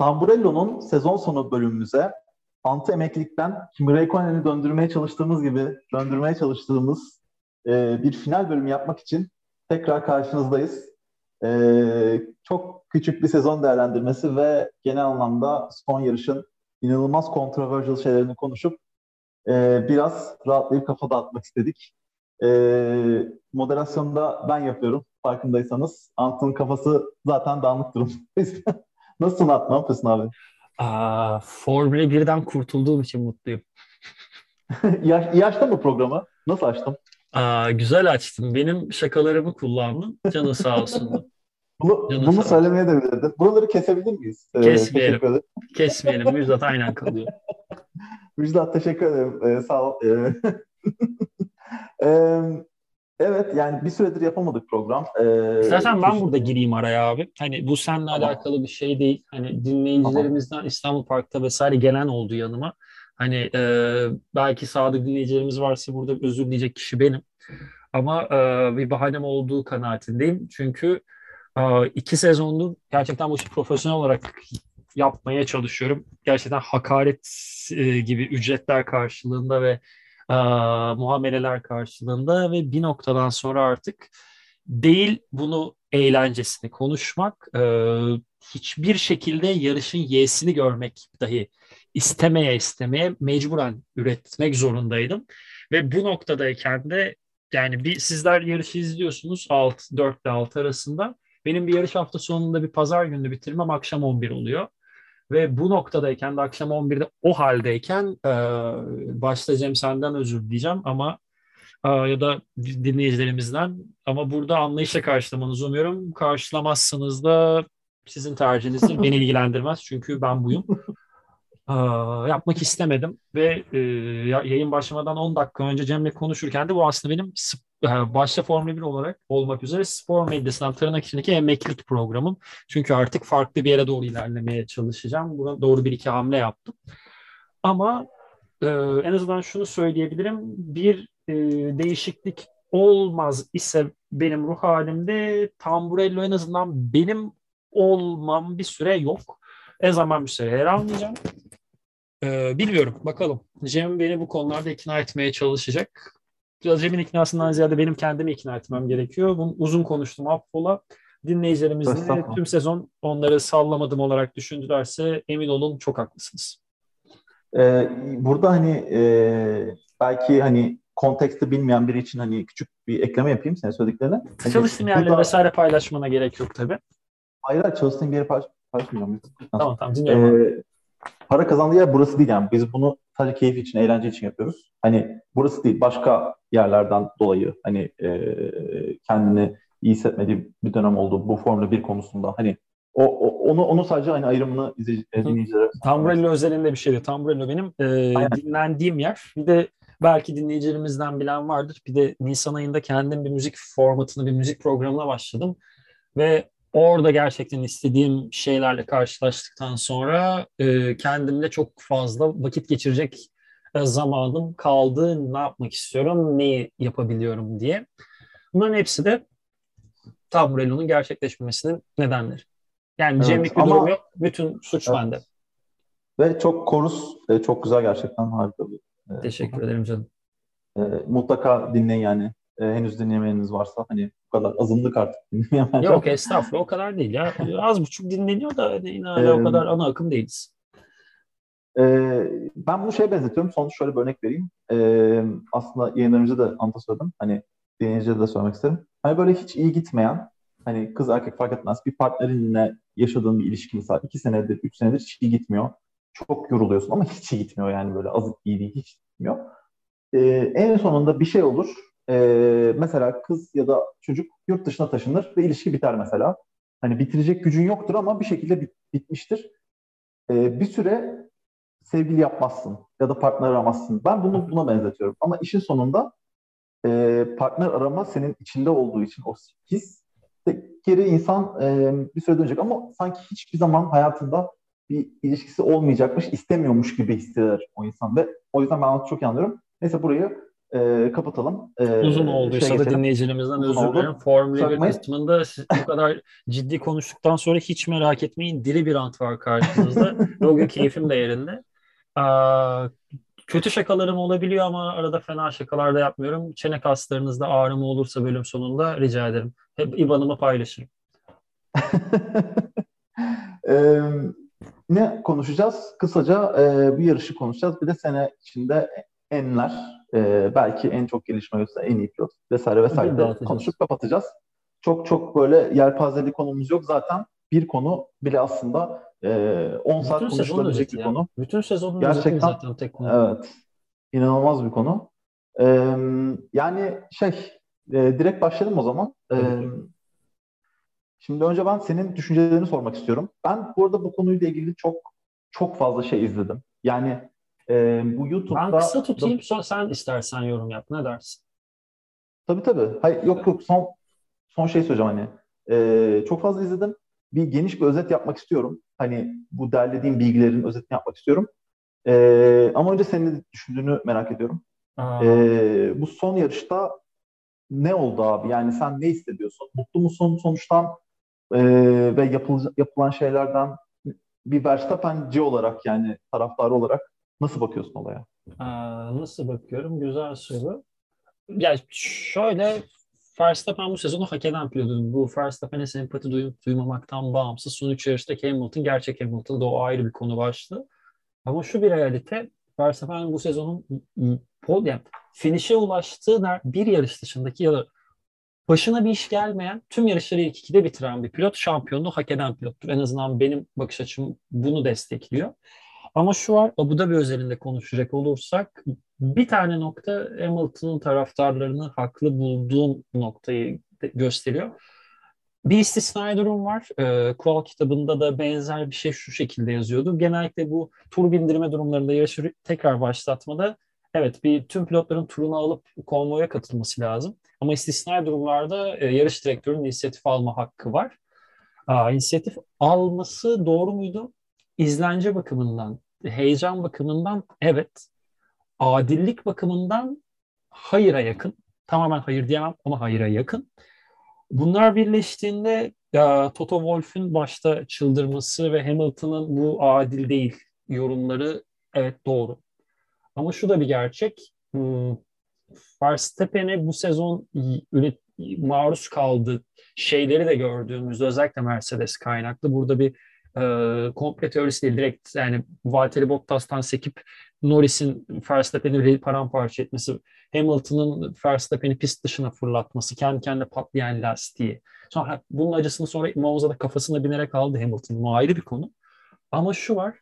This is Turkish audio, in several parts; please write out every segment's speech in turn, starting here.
Tamburello'nun sezon sonu bölümümüze anti emeklilikten Kimi Räikkönen'i döndürmeye çalıştığımız gibi döndürmeye çalıştığımız bir final bölümü yapmak için tekrar karşınızdayız. Çok küçük bir sezon değerlendirmesi ve genel anlamda son yarışın inanılmaz controversial şeylerini konuşup biraz rahatlayıp kafa dağıtmak istedik. Moderasyonu da ben yapıyorum farkındaysanız. Ant'ın kafası zaten dağınık durumda. Nasılsın Ant? Ne yapıyorsun abi? Formula 1'den kurtulduğum için mutluyum. İyi açtın mı programı? Nasıl açtım? Güzel açtın. Benim şakalarımı kullandın. Canı sağ olsun. Canı Bunu sağ olsun. söylemeye de bilirdin. Buraları kesebilir miyiz? Kesmeyelim. Teşekkür ederim. Kesmeyelim. Müjdat aynen kalıyor. Müjdat teşekkür ederim. Sağ ol. Ee, evet yani bir süredir yapamadık program. İstersen ben burada Düşündüm. gireyim araya abi. Hani bu seninle Tamam. alakalı bir şey değil. Hani Tamam. dinleyicilerimizden İstanbul Park'ta vesaire gelen oldu yanıma. Hani belki sadık dinleyicilerimiz varsa burada özür dileyecek kişi benim. Ama bir bahanem olduğu kanaatindeyim. Çünkü 2 sezondur gerçekten bu işi profesyonel olarak yapmaya çalışıyorum. Gerçekten hakaret gibi ücretler karşılığında ve e, muameleler karşılığında ve bir noktadan sonra artık değil bunu eğlencesini konuşmak, hiçbir şekilde yarışın y'sini görmek dahi istemeye istemeye mecburen üretmek zorundaydım. Ve bu noktadayken de yani bir sizler yarışı izliyorsunuz 4 ile 6 arasında. Benim bir yarış hafta sonunda bir pazar günü bitirmem akşam 11 oluyor. Ve bu noktadayken de akşam 11'de o haldeyken başta Cem senden özür dileyeceğim ama ya da dinleyicilerimizden ama burada anlayışla karşılamanızı umuyorum. Karşılamazsanız da sizin tercihinizdir. Beni ilgilendirmez çünkü ben buyum. Yapmak istemedim ve yayın başlamadan 10 dakika önce Cem'le konuşurken de bu aslında benim başta Formula 1 olarak olmak üzere spor medyasından tırnak içindeki emeklilik programım. Çünkü artık farklı bir yere doğru ilerlemeye çalışacağım. Buna doğru bir iki hamle yaptım. Ama e, en azından şunu söyleyebilirim. Bir değişiklik olmaz ise benim ruh halimde Tamburello en azından benim olmam bir süre yok. Ne zaman bir süre yer almayacağım. Bilmiyorum. Bakalım. Cem beni bu konularda ikna etmeye çalışacak. Biraz Cem'in iknasından ziyade benim kendimi ikna etmem gerekiyor. Bunu uzun konuştum affola. Dinleyicilerimiz de Estağfurullah. tüm sezon onları sallamadım olarak düşündülerse emin olun çok haklısınız. Burada hani belki hani konteksti bilmeyen biri için hani küçük bir ekleme yapayım senin söylediklerine. Hani Çalıştığım yerleri burada vesaire paylaşmana gerek yok tabii. ayrı çalıştığın bir yeri paylaşmayacağım. Tamam tamam dinliyorum abi. Ee, para kazandığı yer burası değil yani. Biz bunu sadece keyif için, eğlence için yapıyoruz. Hani burası değil, başka yerlerden dolayı hani kendini iyi hissetmediği bir dönem oldu bu Formula bir konusunda. Hani onu sadece hani ayrımını dinleyicilere söylemek Tamburello istedim. özelinde bir şeydi. Tamburello benim Aynen. dinlendiğim yer. Bir de belki dinleyicilerimizden bilen vardır. Bir de Nisan ayında kendim bir müzik formatını, bir müzik programına başladım. Ve orada gerçekten istediğim şeylerle karşılaştıktan sonra kendimle çok fazla vakit geçirecek zamanım kaldı. Ne yapmak istiyorum, neyi yapabiliyorum diye. Bunların hepsi de Tamburello'nun gerçekleşmemesinin nedenleri. Yani Evet Cem'lik bir durum ama yok. Bütün suç evet. bende. Ve çok korus, çok güzel gerçekten harika bir Teşekkür konu. ederim canım. Mutlaka dinleyin yani. Henüz dinlemeyeniniz varsa hani bu kadar azınlık artık dinlemeyen bence. Yok estağfurullah o kadar değil ya. Az buçuk dinleniyor da hani yine hala o kadar E, ana akım değiliz. Ben bunu şeye benzetiyorum. Sonuç şöyle bir örnek vereyim. Aslında yayınlarımızda da anlatı söyledim. Hani dinleyicilere de söylemek isterim. Hani böyle hiç iyi gitmeyen, hani kız erkek fark etmez bir partnerinle yaşadığın bir ilişki mesela 2 senedir, 3 senedir hiç iyi gitmiyor. Çok yoruluyorsun ama hiç iyi gitmiyor yani böyle az iyi değil, hiç gitmiyor. En sonunda bir şey olur. Mesela kız ya da çocuk yurt dışına taşınır ve ilişki biter mesela. Hani bitirecek gücün yoktur ama bir şekilde bitmiştir. Bir süre sevgili yapmazsın ya da partner aramazsın. Ben bunu buna benzetiyorum. Ama işin sonunda partner arama senin içinde olduğu için o his geri insan bir süre dönecek ama sanki hiçbir zaman hayatında bir ilişkisi olmayacakmış, istemiyormuş gibi hisseder o insan ve o yüzden ben onu çok iyi anlıyorum. Neyse burayı kapatalım. Uzun Şeye olduysa da geçelim. dinleyicilerimizden Uzun özür dilerim. oldu. Formula 1 Sakmayın. kısmında bu kadar ciddi konuştuktan sonra hiç merak etmeyin. Diri bir ant var karşınızda. Ve o gün keyfim de yerinde. Aa, kötü şakalarım olabiliyor ama arada fena şakalar da yapmıyorum. Çene kaslarınızda ağrıma olursa bölüm sonunda rica ederim. Hep IBAN'ımı paylaşırım. Ee, Ne konuşacağız? Kısaca bir yarışı konuşacağız. Bir de sene içinde enler, belki en çok gelişme gösteren en iyi pilot vesaire vesaire Bir de dağıtacağız. konuşup kapatacağız. Çok çok böyle yelpazeli konumuz yok. Zaten bir konu bile aslında 10 Bütün saat sezonun konuşulabilecek özeti bir ya. konu. Bütün sezonun özeti bir Gerçekten zaten tek konu. evet, inanılmaz bir konu. Yani direkt başlayalım o zaman. Tabii ki. Şimdi önce ben senin düşüncelerini sormak istiyorum. Ben bu arada bu konuyla ilgili çok çok fazla şey izledim. Yani bu Ben kısa YouTube'da da tutayım, sonra sen istersen yorum yap. Ne dersin? tabii tabii. Hayır, yok yok, son şey söyleyeceğim hani. Çok fazla izledim. Bir geniş bir özet yapmak istiyorum. Hani bu derlediğim bilgilerin özetini yapmak istiyorum. Ama önce senin ne düşündüğünü merak ediyorum. Aa, Bu son yarışta ne oldu abi? Yani sen ne hissediyorsun? Mutlu musun sonuçtan? Ve yapılan şeylerden bir Verstappen'ci olarak, yani taraftarı olarak nasıl bakıyorsun olaya? nasıl bakıyorum? Güzel soru. Ya şöyle, Verstappen bu sezonu hak eden pilot. Bu Verstappen'e sempati duyup duymamaktan bağımsız. Son 3 yarıştaki Hamilton gerçek Hamilton'da, o ayrı bir konu başlığı. Ama şu bir realite, Verstappen bu sezonun yani finish'e ulaştığı bir yarış dışındaki ya da başına bir iş gelmeyen tüm yarışları ilk ikide bitiren bir pilot, şampiyonluğu hak eden pilottur. En azından benim bakış açım bunu destekliyor. Ama şu var, Abu Dhabi özelinde konuşacak olursak bir tane nokta Hamilton'ın taraftarlarını haklı bulduğum noktayı gösteriyor. Bir istisnai durum var. Kural kitabında da benzer bir şey şu şekilde yazıyordu. Genellikle bu tur bindirme durumlarında, yarışı tekrar başlatmada, evet, bir tüm pilotların turunu alıp konvoya katılması lazım. Ama istisnai durumlarda yarış direktörünün inisiyatif alma hakkı var. İnisiyatif alması doğru muydu? İzlence bakımından, heyecan bakımından evet. Adillik bakımından hayıra yakın. Tamamen hayır diyemem ama hayıra yakın. Bunlar birleştiğinde Toto Wolff'ün başta çıldırması ve Hamilton'ın bu adil değil yorumları, evet, doğru. Ama şu da bir gerçek. Verstappen'e bu sezon maruz kaldığı şeyleri de gördüğümüzde, özellikle Mercedes kaynaklı, burada bir komple teorisi değil, direkt yani Valtteri Bottas'tan sekip Norris'in Verstappen'i paramparça etmesi, Hamilton'ın Verstappen'i pist dışına fırlatması, kendi kendine patlayan lastiği. Sonra bunun acısını sonra Monza'da kafasına binerek aldı Hamilton. Bu ayrı bir konu. Ama şu var.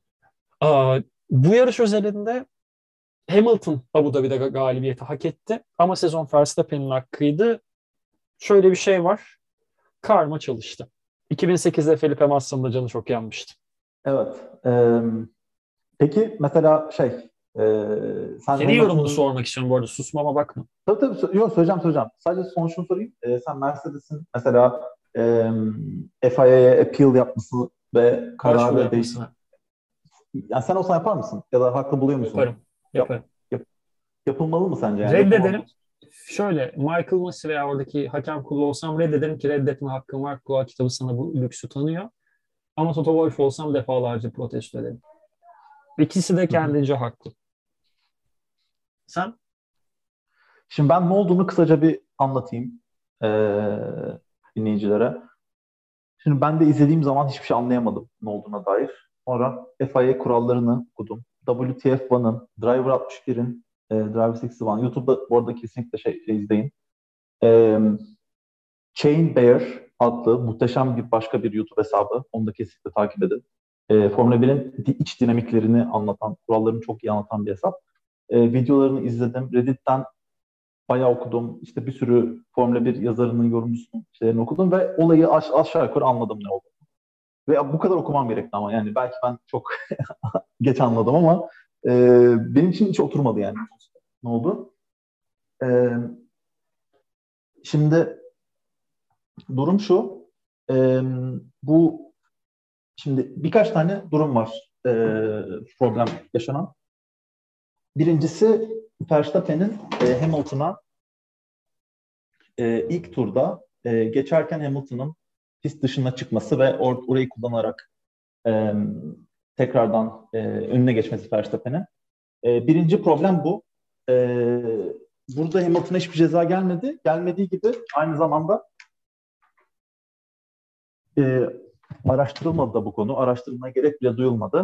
Bu yarış özelinde Hamilton Abu Dhabi'de galibiyeti hak etti. Ama sezon Verstappen'in hakkıydı. Şöyle bir şey var. Karma çalıştı. 2008'de Felipe Massa'nın da canı çok yanmıştı. Evet. Peki mesela sen Senin yorumunu Hamilton'ın sormak istiyorum bu arada. Susmama bakma. tabii tabii yok, söyleyeceğim. Sadece sonuçunu sorayım. Sen Mercedes'in mesela FIA'ya appeal yapması ve Başvuru kararı yapmasına yani sen olsan yapar mısın? Ya da haklı buluyor musun? yaparım. Yap, Yaparım. yap- Yapılmalı mı sence? Yani yapılmalı mı? Reddederim. Şöyle, Michael Masi veya oradaki hakem kurulu olsam reddederim ki reddetme hakkım var. Kural kitabı sana bu lüksü tanıyor. Ama Toto Wolff olsam defalarca protesto ederim. İkisi de Hı hı. kendince haklı. Sen? Şimdi ben ne olduğunu kısaca bir anlatayım dinleyicilere. Şimdi ben de izlediğim zaman hiçbir şey anlayamadım ne olduğuna dair. Sonra FIA kurallarını okudum. WTF1'ın, Driver 61'in, Driver 61, YouTube'da bu arada kesinlikle izleyin. E, Shane Bear adlı muhteşem bir başka bir YouTube hesabı. Onu da kesinlikle takip edin. Formula 1'in iç dinamiklerini anlatan, kurallarını çok iyi anlatan bir hesap. Videolarını izledim. Reddit'ten bayağı okudum. İşte bir sürü Formula 1 yazarının, yorumcusunun şeylerini okudum ve olayı aşağı yukarı anladım ne oldu. Ve bu kadar okumam gerekti ama yani belki ben çok geç anladım ama e, benim için hiç oturmadı yani. Ne oldu? E, Şimdi durum şu. e, Bu şimdi birkaç tane durum var problem yaşanan. Birincisi Verstappen'in Hamilton'a ilk turda geçerken Hamilton'ın pist dışına çıkması ve orayı kullanarak e, tekrardan önüne geçmesi Verstappen'e. Birinci problem bu. E, Burada Hamilton'a hiçbir ceza gelmedi. Gelmediği gibi aynı zamanda e, araştırılmadı da bu konu. Araştırılmaya gerek bile duyulmadı.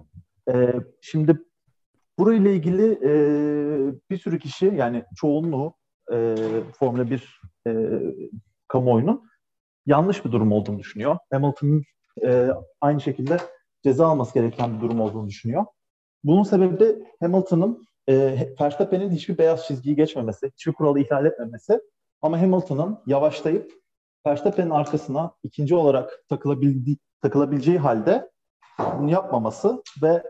Şimdi burayla ilgili bir sürü kişi, yani çoğunluğu Formula 1 kamuoyunun yanlış bir durum olduğunu düşünüyor. Hamilton'ın aynı şekilde ceza alması gereken bir durum olduğunu düşünüyor. Bunun sebebi Hamilton'ın Verstappen'in hiçbir beyaz çizgiyi geçmemesi, hiçbir kuralı ihlal etmemesi, ama Hamilton'ın yavaşlayıp Verstappen'in arkasına ikinci olarak takılabileceği halde bunu yapmaması ve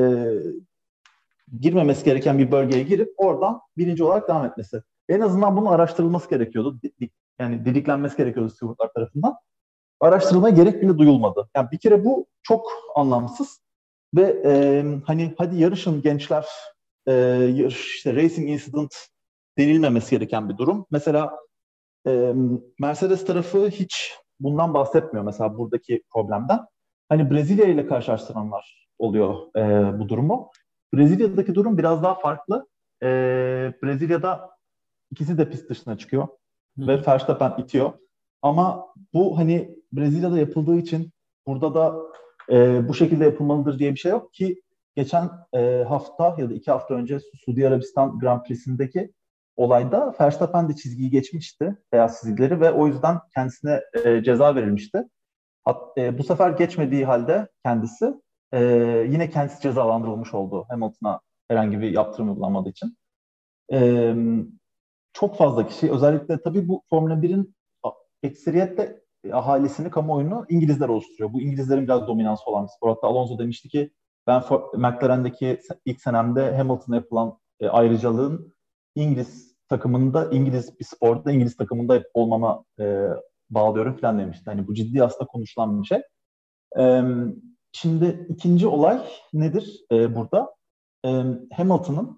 girmemesi gereken bir bölgeye girip oradan birinci olarak devam etmesi. En azından bunun araştırılması gerekiyordu. Yani didiklenmesi gerekiyordu Stewart'lar tarafından. Araştırılmaya gerek bile duyulmadı. Yani bir kere bu çok anlamsız ve hani hadi yarışın gençler, yarış, işte racing incident denilmemesi gereken bir durum. Mesela Mercedes tarafı hiç bundan bahsetmiyor mesela buradaki problemden. Hani Brezilya ile karşılaştıranlar oluyor bu durumu. Brezilya'daki durum biraz daha farklı. Brezilya'da ikisi de pist dışına çıkıyor ve Verstappen itiyor. Ama bu hani Brezilya'da yapıldığı için burada da bu şekilde yapılmalıdır diye bir şey yok ki geçen hafta ya da 2 hafta önce Suudi Arabistan Grand Prix'sindeki olayda Verstappen de çizgiyi geçmişti, beyaz çizgileri, ve o yüzden kendisine ceza verilmişti. Bu sefer geçmediği halde kendisi yine kendisi cezalandırılmış oldu Hamilton'a herhangi bir yaptırım uygulanmadığı için. E, Çok fazla kişi, özellikle tabii bu Formula 1'in ekseriyetle ahalisini, kamuoyunu İngilizler oluşturuyor. Bu İngilizlerin biraz dominansı olan bir spor. Hatta Alonso demişti ki ben McLaren'deki ilk senemde Hamilton'a yapılan ayrıcalığın İngiliz takımında, İngiliz bir sporda, İngiliz takımında olmama bağlıyorum falan demişti. Hani bu ciddi aslında konuşulan bir şey. E, Şimdi ikinci olay nedir burada? Hamilton'ın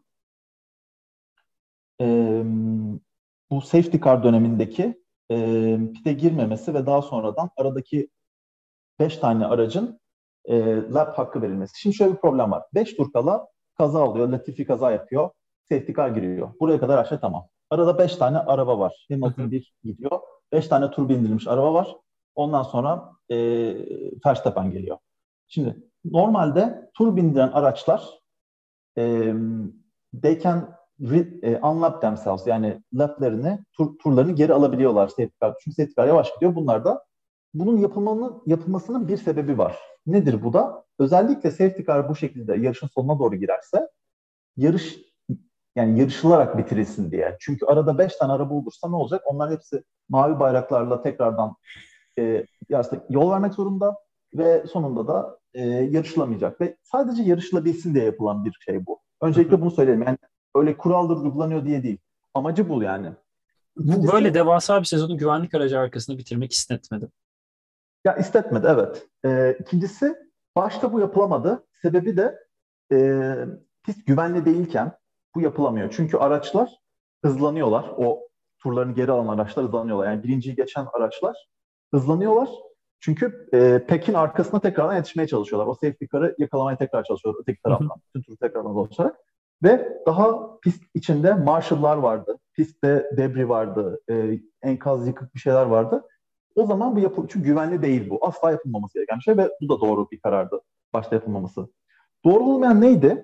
e, bu safety car dönemindeki pite girmemesi ve daha sonradan aradaki 5 tane aracın lap hakkı verilmesi. Şimdi şöyle bir problem var. 5 tur kala kaza oluyor. Latifi kaza yapıyor. Safety car giriyor. Buraya kadar her şey tamam. Arada 5 tane araba var. Hamilton bir gidiyor. 5 tane tur bindirilmiş araba var. Ondan sonra Verstappen geliyor. Şimdi normalde tur bindiren araçlar e, they can unlap themselves, yani laplerini, turlarını geri alabiliyorlar safety car. Çünkü safety car yavaş gidiyor. Bunlar da bunun yapılmasının bir sebebi var. Nedir bu da? Özellikle safety car bu şekilde yarışın sonuna doğru girerse yarış, yani yarışılarak bitirilsin diye. Çünkü arada 5 tane araba olursa ne olacak? Onlar hepsi mavi bayraklarla tekrardan yarışta yol vermek zorunda ve sonunda da yarışılamayacak. Ve sadece yarışılabilsin diye yapılan bir şey bu. Öncelikle bunu söyleyelim. Yani öyle kuraldır uygulanıyor diye değil. Amacı bu yani. Bu böyle İkincisi, devasa bir sezonu güvenlik aracı arkasında bitirmek istetmedim. ya istetmedi, evet. İkincisi, başta bu yapılamadı. Sebebi de e, pist güvenli değilken bu yapılamıyor. Çünkü araçlar hızlanıyorlar. O turlarını geri alan araçlar hızlanıyorlar. Yani birinciyi geçen araçlar hızlanıyorlar. Çünkü Pekin arkasına tekrardan yetişmeye çalışıyorlar. O safety car'ı yakalamaya tekrar çalışıyorlar öteki taraftan. Bütün turu tekrardan dolaşarak. Ve daha pist içinde marshall'lar vardı. Pistte debris vardı. Enkaz yıkık bir şeyler vardı. O zaman bu çünkü güvenli değil bu. Asla yapılmaması gereken bir şey ve bu da doğru bir karardı. Başta yapılmaması. Doğru olmayan neydi?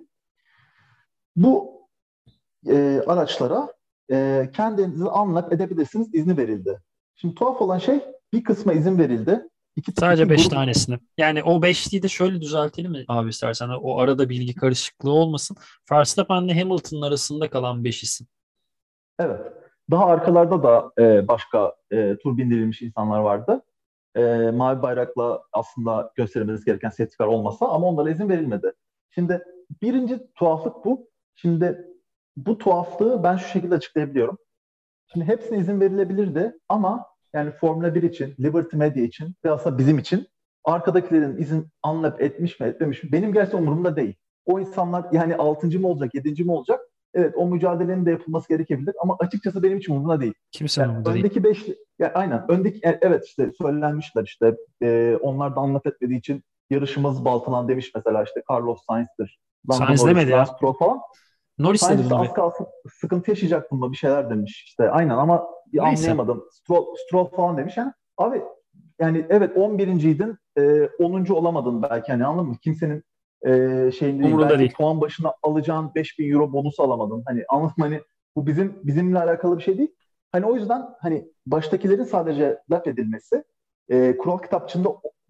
Bu araçlara kendinizi unlock edebilirsiniz izni verildi. Şimdi tuhaf olan şey, bir kısma izin verildi. Sadece İki 5 grup. tanesini. Yani o 5'liyi de şöyle düzeltelim mi abi istersen? O arada bilgi karışıklığı olmasın. Verstappen ile Hamilton'ın arasında kalan 5 isim. Evet. Daha arkalarda da başka tur bindirilmiş insanlar vardı. Mavi bayrakla aslında gösterilmesi gereken safety car olmasa, ama onlara izin verilmedi. Şimdi birinci tuhaflık bu. Şimdi bu tuhaflığı ben şu şekilde açıklayabiliyorum. Şimdi hepsine izin verilebilirdi ama yani Formula 1 için, Liberty Media için ve aslında bizim için arkadakilerin izin anlayıp etmiş mi etmemiş mi benim gerçekten umurumda değil. O insanlar yani 6. mı olacak, 7. mi olacak? evet o mücadelenin de yapılması gerekebilir ama açıkçası benim için umurumda değil. Kimsenin Yani umurunda değil. öndeki 5 aynen öndeki evet işte söylenmişler işte onlar da anlat etmediği için yarışımız baltalan demiş mesela işte Carlos Sainz'tir, Lando Sainz Norris, demedi Lance ya. Stroll falan. Norris dedi Sainz işte bunu az be. kalsın sıkıntı yaşayacaktım mı bir şeyler demiş işte aynen ama bir Neyse. anlayamadım. Stroll falan demiş yani. Abi yani evet 11.'ydin 10. olamadın belki hani anladın mı? Kimsenin şeyinde değil. Umurunda Belki değil. puan başına alacağın 5.000 euro bonusu alamadın. Hani anladın mı? Hani bu bizimle alakalı bir şey değil. Hani o yüzden hani baştakilerin sadece laf edilmesi kural kitapçığında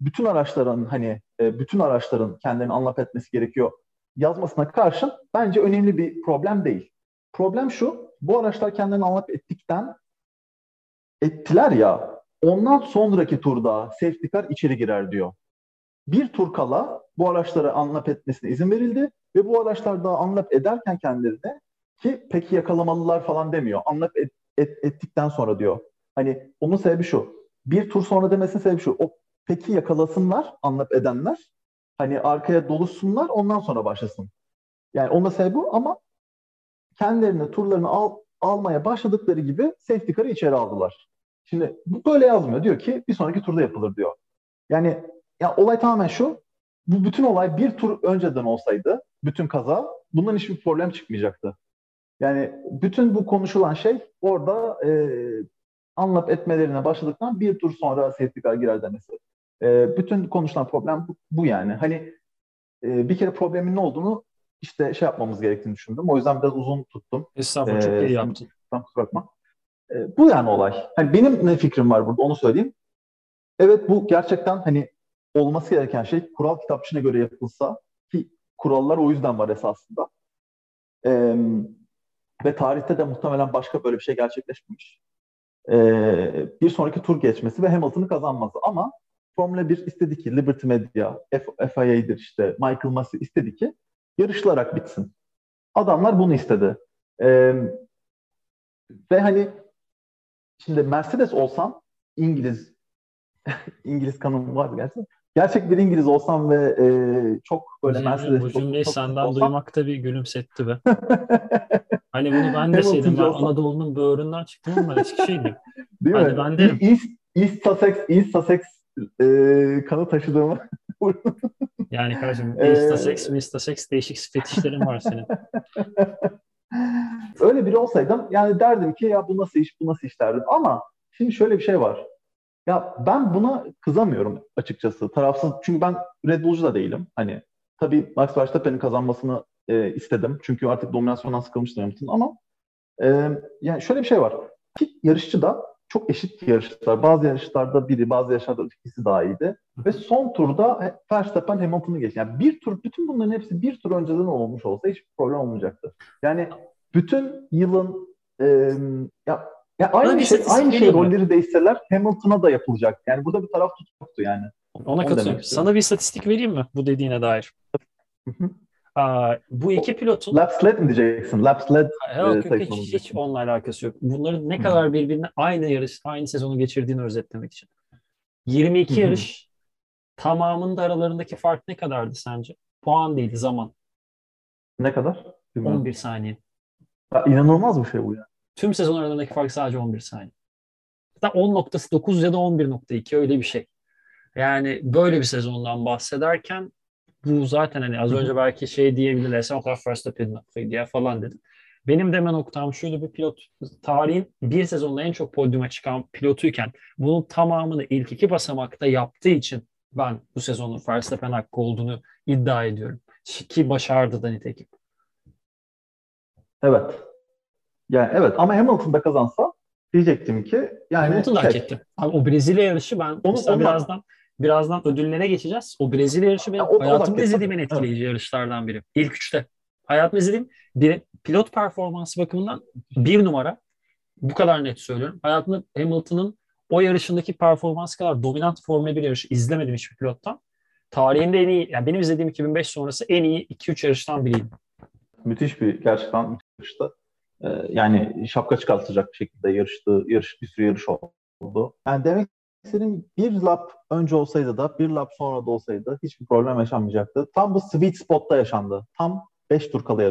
bütün araçların kendilerini anlap etmesi gerekiyor yazmasına karşın bence önemli bir problem değil. Problem şu, bu araçlar kendilerini anlap ettiler ya, ondan sonraki turda safety car içeri girer diyor. Bir tur kala bu araçlara unlap etmesine izin verildi ve bu araçlar daha unlap ederken kendilerine ki peki yakalamalılar falan demiyor. Ettikten sonra diyor. Hani onun sebebi şu. Bir tur sonra demesinin sebebi şu. O peki yakalasınlar unlap edenler. Hani arkaya doluşsunlar ondan sonra başlasın. Yani onun da sebebi bu ama kendilerine turlarını almaya başladıkları gibi safety car'ı içeri aldılar. Şimdi bu böyle yazmıyor. Diyor ki bir sonraki turda yapılır diyor. Yani ya olay tamamen şu. Bu bütün olay bir tur önceden olsaydı, bütün kaza, bundan hiçbir problem çıkmayacaktı. Yani bütün bu konuşulan şey orada anlap etmelerine başladıktan bir tur sonra safety car girer demesi. Bütün konuşulan problem bu yani. Hani bir kere problemin ne olduğunu işte şey yapmamız gerektiğini düşündüm. O yüzden biraz uzun tuttum. Estağfurullah, çok iyi Sen yaptın. kusura bakma. Bu yani olay. Hani benim ne fikrim var burada onu söyleyeyim. Evet bu gerçekten hani olması gereken şey kural kitapçığına göre yapılsa ki kurallar o yüzden var esasında. Ee, Ve tarihte de muhtemelen başka böyle bir şey gerçekleşmemiş. Bir sonraki tur geçmesi ve Hamilton'ı kazanması. Ama Formula 1 istedi ki Liberty Media, FIA'dir işte Michael Masi istedi ki yarışılarak bitsin. Adamlar bunu istedi. Ee, Ve hani şimdi Mercedes olsam İngiliz kanım var gerçekten. Gerçek bir İngiliz olsam ve çok böyle Cemre, bu Mercedes çok cümleyi çok sıkı senden olsam duymak da bir gülümsetti be. Hani bunu ben deseydim, Hamilton'cı ben olsam Anadolu'nun böğründen çıktım ama Eskişehirliyim. değil Hadi mi? ben derim. East Sussex kanı taşıdığımı Yani kardeşim, East e, Sussex değişik fetişlerin var senin. öyle biri olsaydım yani derdim ki ya bu nasıl iş bu nasıl iş derdim ama şimdi şöyle bir şey var. Ya ben buna kızamıyorum açıkçası. Tarafsız çünkü ben Red Bull'cu da değilim. Hani tabii Max Verstappen'in kazanmasını istedim. Çünkü artık dominasyondan sıkılmıştım Hamilton ama yani şöyle bir şey var. İki yarışçı da çok eşit yarıştılar. Bazı yarışlarda biri, bazı yarışlarda ikisi daha iyiydi. Ve son turda Verstappen Hamilton'ı geçti. Yani bir tur, bütün bunların hepsi bir tur önceden olmuş olsa hiçbir problem olmayacaktı. Yani bütün yılın ya, ya Bana bir aynı istatistik şey vereyim mi? rolleri değişseler Hamilton'a da yapılacak. Yani burada bir taraf tutmaktu yani. Ona Onu demek katılıyorum. istiyorum. Sana bir istatistik vereyim mi bu dediğine dair? Bu iki pilotun Lap sled mi diyeceksin? Lap sled yok yok, sayısını mı hiç diyeceksin? onunla alakası yok. Bunların ne Hı kadar birbirine aynı yarış, aynı sezonu geçirdiğini özetlemek için. hı. 22 Hı. yarış tamamında aralarındaki fark ne kadardı sence? Puan değil, zaman. Ne kadar? Bilmiyorum. 11 saniye. Ya, inanılmaz bir şey bu ya. Tüm sezon aralarındaki fark sadece 11 saniye. Hatta 10.9 ya da 11.2, öyle bir şey. Yani böyle bir sezondan bahsederken bu zaten hani az Hı hı. önce belki şey diyebilirler. Sen o kadar Verstappen'in hakkıydı ya falan dedim. Benim deme noktam şuydu: bir pilot tarihin bir sezonda en çok podyuma çıkan pilotuyken bunun tamamını ilk iki basamakta yaptığı için ben bu sezonun Verstappen hakkı olduğunu iddia ediyorum. Ki başardı da nitekim. Evet. Yani evet ama Hamilton da kazansa diyecektim ki yani Hamilton da hak etti. Abi, o Brezilya yarışı, ben mesela onun birazdan ödüllere geçeceğiz. O Brezilya yarışı benim o da hak hayatımda etti tabii. izlediğim en Evet. etkileyici yarışlardan biri. İlk üçte. Hayatımda izlediğim bir pilot performansı bakımından bir numara. Bu kadar net söylüyorum. Hayatımda Hamilton'ın o yarışındaki performans kadar dominant Formula 1 yarışı izlemedim hiçbir pilottan. Tarihinde en iyi, yani benim izlediğim 2005 sonrası en iyi 2-3 yarıştan biriydi. Müthiş bir gerçekten müthiş yarıştı. Yani şapka çıkartacak bir şekilde bir sürü yarış oldu. Yani demek istediğim bir lap önce olsaydı da bir lap sonra da olsaydı hiçbir problem yaşanmayacaktı. Tam bu sweet spot'ta yaşandı. Tam 5 tur kala yarıştı.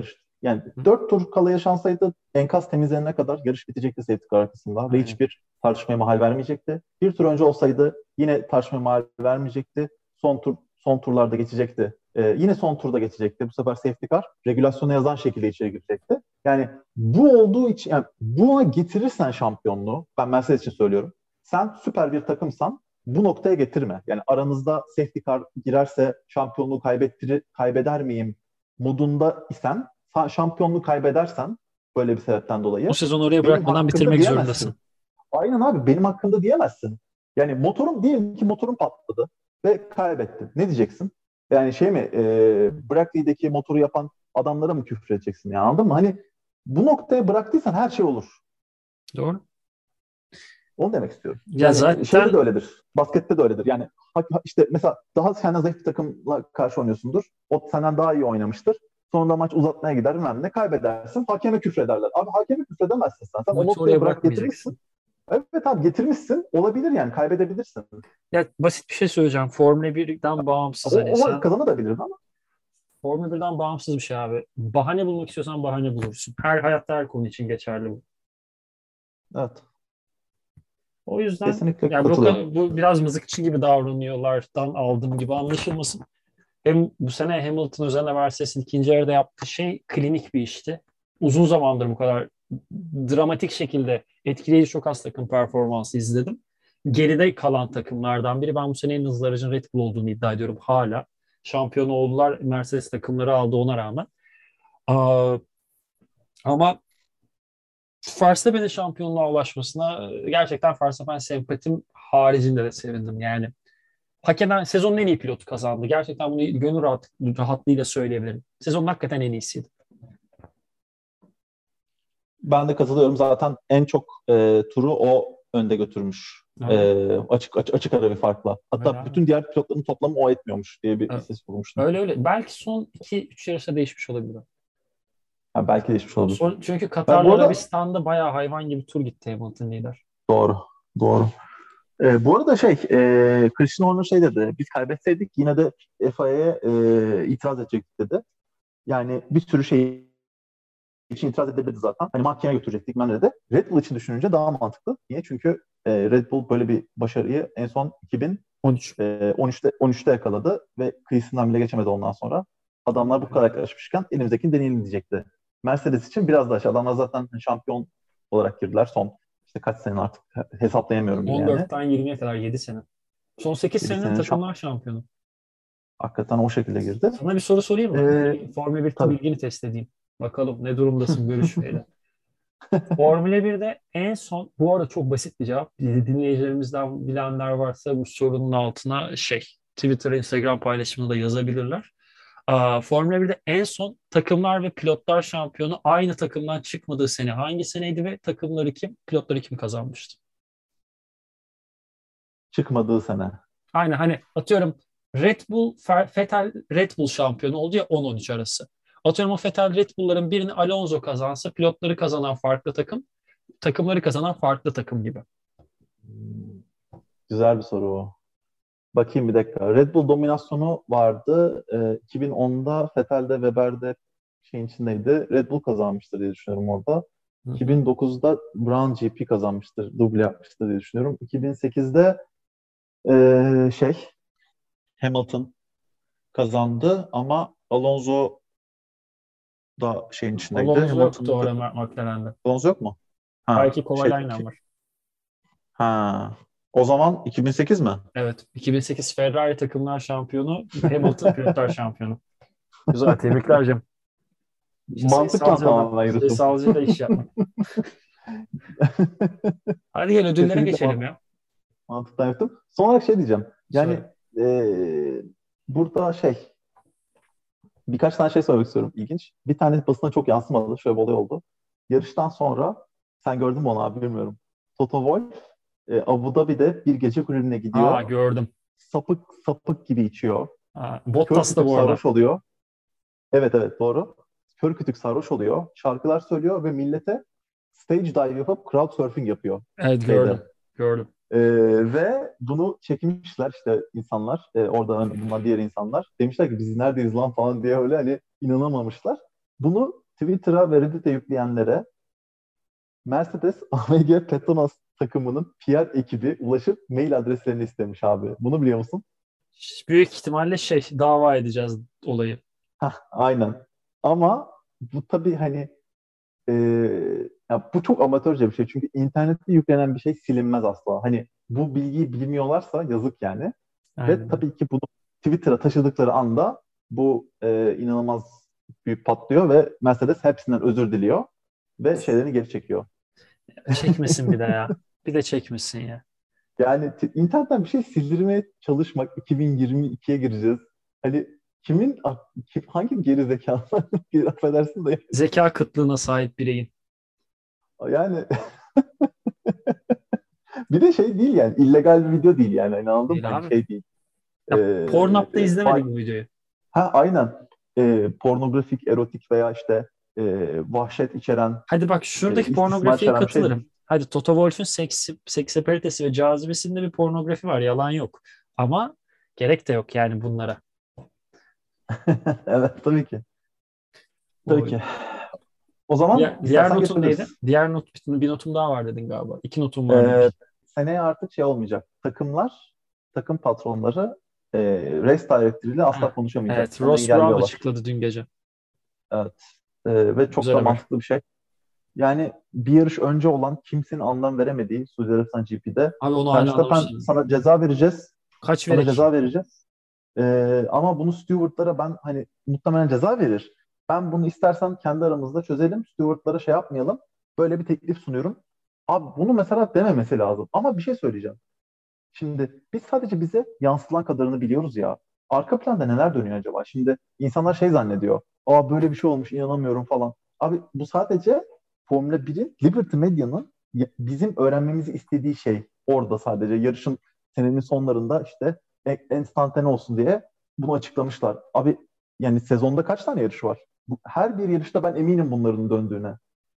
Yani Hı. 4 tur kala yaşansaydı enkaz temizlenene kadar yarış bitecekti safety car arkasında ve Aynen. hiçbir tartışmaya mahal vermeyecekti. Bir tur önce olsaydı yine tartışmaya mahal vermeyecekti. Son turlarda geçecekti. Yine son turda geçecekti. Bu sefer safety car regülasyona yazan şekilde içeri girecekti. Yani bu olduğu için, yani buna getirirsen şampiyonluğu, ben Mercedes için söylüyorum. Sen süper bir takımsan bu noktaya getirme. Yani aranızda safety car girerse şampiyonluğu kaybeder miyim modunda isen, şampiyonluğu kaybedersen böyle bir sebepten O dolayı sezonu oraya benim bırakmadan hakkımda bitirmek zorundasın. diyemezsin. Aynen abi, benim hakkımda diyemezsin. Yani diyelim ki motorum patladı ve kaybettin. Ne diyeceksin? Yani şey mi, Brackley'deki motoru yapan adamlara mı küfür edeceksin? Yani anladın mı? Hani bu noktaya bıraktıysan her şey olur. Doğru. Onu demek istiyorum. Ya Yani şeyde de zaten öyledir. Baskette de öyledir. Yani işte mesela daha senden zayıf bir takımla karşı oynuyorsundur. O senden daha iyi oynamıştır. Sonunda maç uzatmaya gider, bilmem ne, kaybedersin. Hakeme küfrederler. Abi hakeme küfredemezsin sen. Sen o maçı noktaya oraya bırak getirmişsin. bırakmayacaksın. Evet abi, getirmişsin. Olabilir yani, kaybedebilirsin. Ya basit bir şey söyleyeceğim. Formula 1'den bağımsız hani O sen kazanabilirdin ama. Formula 1'den bağımsız bir şey abi. Bahane bulmak istiyorsan bahane bulursun. Hayatta her konu için geçerli bu. Evet. O yüzden Kesinlikle yani katılıyorum. bu biraz mızıkçı gibi davranıyorlardan aldığım gibi anlaşılmasın. Hem bu sene Hamilton üzerine Mercedes'in ikinci yarıda yaptığı şey klinik bir işti. Uzun zamandır bu kadar dramatik şekilde etkileyici çok az takım performansı izledim. Geride kalan takımlardan biri. Ben bu sene en hızlı aracın Red Bull olduğunu iddia ediyorum hala. Şampiyon oldular. Mercedes takımları aldı ona rağmen. Aa, ama Verstappen'in şampiyonluğa ulaşmasına gerçekten Verstappen sempatim haricinde de sevindim. Yani hak eden sezonun en iyi pilotu kazandı. Gerçekten bunu gönül rahatlığıyla söyleyebilirim. Sezonun hakikaten en iyisiydi. Ben de katılıyorum. Zaten en çok turu o önde götürmüş. Öyle. Açık ara bir farkla. Öyle Hatta abi. bütün diğer pilotların toplamı o etmiyormuş diye bir Ö- istatistik bulmuştum. Öyle öyle. Belki son 2-3 yarışta değişmiş olabilir. Yani belki değişmiş olabilir. Çünkü Ben Katar'la bu arada Arabistan'da bayağı hayvan gibi tur gitti Hamilton lider. doğru. Doğru. Bu arada Christian Horner şey dedi. Biz kaybetseydik yine de FIA'ya itiraz edecektik dedi. Yani bir sürü şey için itiraz edebilirdi zaten. Hani mahkemeye götürecektik ben dedi. Red Bull için düşününce daha mantıklı. Niye? Çünkü Red Bull böyle bir başarıyı en son 13. 2013'te yakaladı ve kıyısından bile geçemedi ondan sonra. Adamlar bu kadar yaklaşmışken elimizdekini deneyelim diyecekti. Mercedes için biraz daha adamlar zaten şampiyon olarak girdiler son işte kaç sene artık hesaplayamıyorum bile yani. 14'ten 20'ye kadar 7 sene. Son 8 7 senenin senenin takımlar şampiyonu. hakikaten o şekilde girdi. Sana bir soru sorayım mı? Ee, Formula 1 tabii. bilgini test edeyim. Bakalım ne durumdasın görüşmeyle. Formula 1'de en son, bu arada çok basit bir cevap. Dinleyicilerimizden bilenler varsa bu sorunun altına Twitter, Instagram paylaşımında da yazabilirler. Formula 1'de en son takımlar ve pilotlar şampiyonu aynı takımdan çıkmadığı sene hangi seneydi ve pilotları kim kazanmıştı? Çıkmadığı sene. Aynen hani atıyorum Vettel Red Bull şampiyonu oldu ya 10-13 arası. Atıyorum o Vettel Red Bull'ların birini Alonso kazansa pilotları kazanan farklı takım, takımları kazanan farklı takım gibi. Güzel bir soru o. Bakayım bir dakika. Red Bull dominasyonu vardı. 2010'da Vettel'de, Weber'de şeyin içindeydi. Red Bull kazanmıştır diye düşünüyorum orada. Hı hı. 2009'da Brown GP kazanmıştır. Duble yapmıştır diye düşünüyorum. 2008'de Hamilton kazandı ama Alonso da şeyin içindeydi. Alonso yoktu Hamilton'da orada McLaren'de. Alonso yok mu? Ha, Belki Kovalainen var. ha. O zaman 2008 mi? Evet. 2008 Ferrari takımlar şampiyonu, Hamilton pilotlar şampiyonu. Güzel. Tebrikler Cem. İşte Mantıken tamamen yürüttüm. sayısalcıyla iş yapmak. Hadi gel ödüllere Kesinlikle geçelim ya. mantıktan yaptım. Son olarak şey diyeceğim. Yani Söyle. burada birkaç tane şey söylemek istiyorum ilginç. Bir tane basına çok yansımadı. Şöyle bir olay oldu. Yarıştan sonra sen gördün mü onu abi bilmiyorum. Toto Wolff Abu Dhabi'de bir gece kulübüne gidiyor. Gördüm. Sapık sapık gibi içiyor. Kör Bottas da kütük bu arada. sarhoş oluyor. Evet evet doğru. Kör kütük sarhoş oluyor. Şarkılar söylüyor ve millete stage dive yapıp crowd surfing yapıyor. Evet Şeyde. gördüm. Gördüm. Ve bunu çekmişler işte insanlar. Orada hani bunlar diğer insanlar. Demişler ki biz neredeyiz lan falan diye öyle hani inanamamışlar. Bunu Twitter'a ve Reddit'e yükleyenlere Mercedes AMG Petronas takımının PR ekibi ulaşıp mail adreslerini istemiş abi. Bunu biliyor musun? Büyük ihtimalle dava edeceğiz olayı. Hah, aynen. Ama bu tabii hani e, ya bu çok amatörce bir şey. Çünkü internette yüklenen bir şey silinmez asla. Hani bu bilgiyi bilmiyorlarsa yazık yani. Ve Aynen. tabii ki bunu Twitter'a taşıdıkları anda bu inanılmaz büyük patlıyor ve Mercedes hepsinden özür diliyor ve şeylerini geri çekiyor. Çekmesin bir de ya. Bir de çekmesin ya. Yani internetten bir şey sildirmeye çalışmak 2022'ye gireceğiz. Hani hangi geri zekalı affedersin de Zeka kıtlığına sahip bireyin. yani bir de şey değil yani illegal bir video değil yani hani anladın mı? Değil Hani abi. şey değil. Ya Pornhub'da Fine. izlemedim bu videoyu. Ha aynen. Pornografik, erotik veya işte vahşet içeren, Hadi bak şuradaki istismar pornografiye içeren bir şey katılırım. değil. Hadi Toto Wolff'ün seksapalitesi ve cazibesinde bir pornografi var. Yalan yok. Ama gerek de yok yani bunlara. Evet tabii ki. Tabii O, ki. O zaman diğer istersen notun neydi? geçebiliriz. Diğer not, bir notum daha var dedin galiba. İki notum var Ee, demiş. seneye artık şey olmayacak. Takım patronları race director asla Ha, konuşamayacak. evet, Onu Ross Brown engelliyorlar. açıkladı dün gece. Evet. Ve çok Güzel da haber. mantıklı bir şey. Yani bir yarış önce olan kimsenin anlam veremediği Suudi Arabistan GP'de Abi onu hala Verstappen anlamıştım. sana ceza vereceğiz. Kaç Sana verek? ceza vereceğiz. Ama bunu stewardlara ben hani muhtemelen ceza verir. Ben bunu istersen kendi aramızda çözelim. Stewardlara şey yapmayalım. Böyle bir teklif sunuyorum. Abi bunu mesela dememesi lazım. Ama bir şey söyleyeceğim. Şimdi biz sadece bize yansıtılan kadarını biliyoruz ya. Arka planda neler dönüyor acaba? Şimdi insanlar şey zannediyor. Aa böyle bir şey olmuş inanamıyorum falan. Abi bu sadece Formula 1'in Liberty Media'nın bizim öğrenmemizi istediği şey. Orada sadece yarışın senenin sonlarında işte enstantane olsun diye bunu açıklamışlar. Abi yani sezonda kaç tane yarış var? Her bir yarışta ben eminim bunların döndüğüne.